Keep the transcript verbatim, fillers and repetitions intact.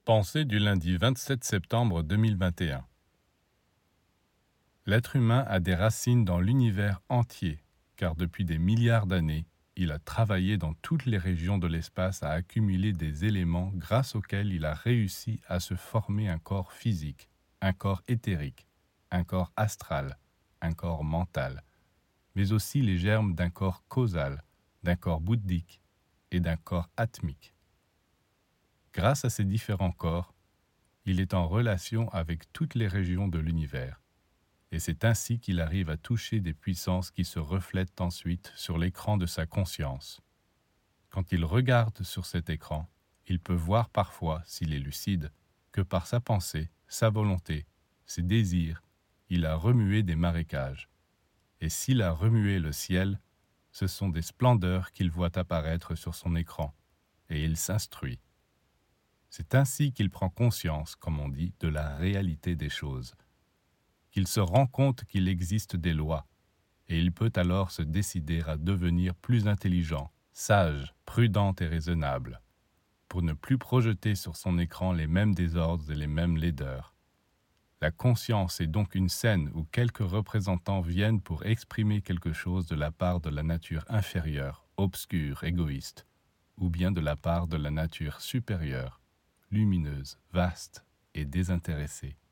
Pensée du lundi vingt-sept septembre deux mille vingt et un. L'être humain a des racines dans l'univers entier, car depuis des milliards d'années, il a travaillé dans toutes les régions de l'espace à accumuler des éléments grâce auxquels il a réussi à se former un corps physique, un corps éthérique, un corps astral, un corps mental, mais aussi les germes d'un corps causal, d'un corps bouddhique et d'un corps atmique. Grâce à ces différents corps, il est en relation avec toutes les régions de l'univers, et c'est ainsi qu'il arrive à toucher des puissances qui se reflètent ensuite sur l'écran de sa conscience. Quand il regarde sur cet écran, il peut voir parfois, s'il est lucide, que par sa pensée, sa volonté, ses désirs, il a remué des marécages. Et s'il a remué le ciel, ce sont des splendeurs qu'il voit apparaître sur son écran, et il s'instruit. C'est ainsi qu'il prend conscience, comme on dit, de la réalité des choses, qu'il se rend compte qu'il existe des lois, et il peut alors se décider à devenir plus intelligent, sage, prudent et raisonnable, pour ne plus projeter sur son écran les mêmes désordres et les mêmes laideurs. La conscience est donc une scène où quelques représentants viennent pour exprimer quelque chose de la part de la nature inférieure, obscure, égoïste, ou bien de la part de la nature supérieure, lumineuse, vaste et désintéressée.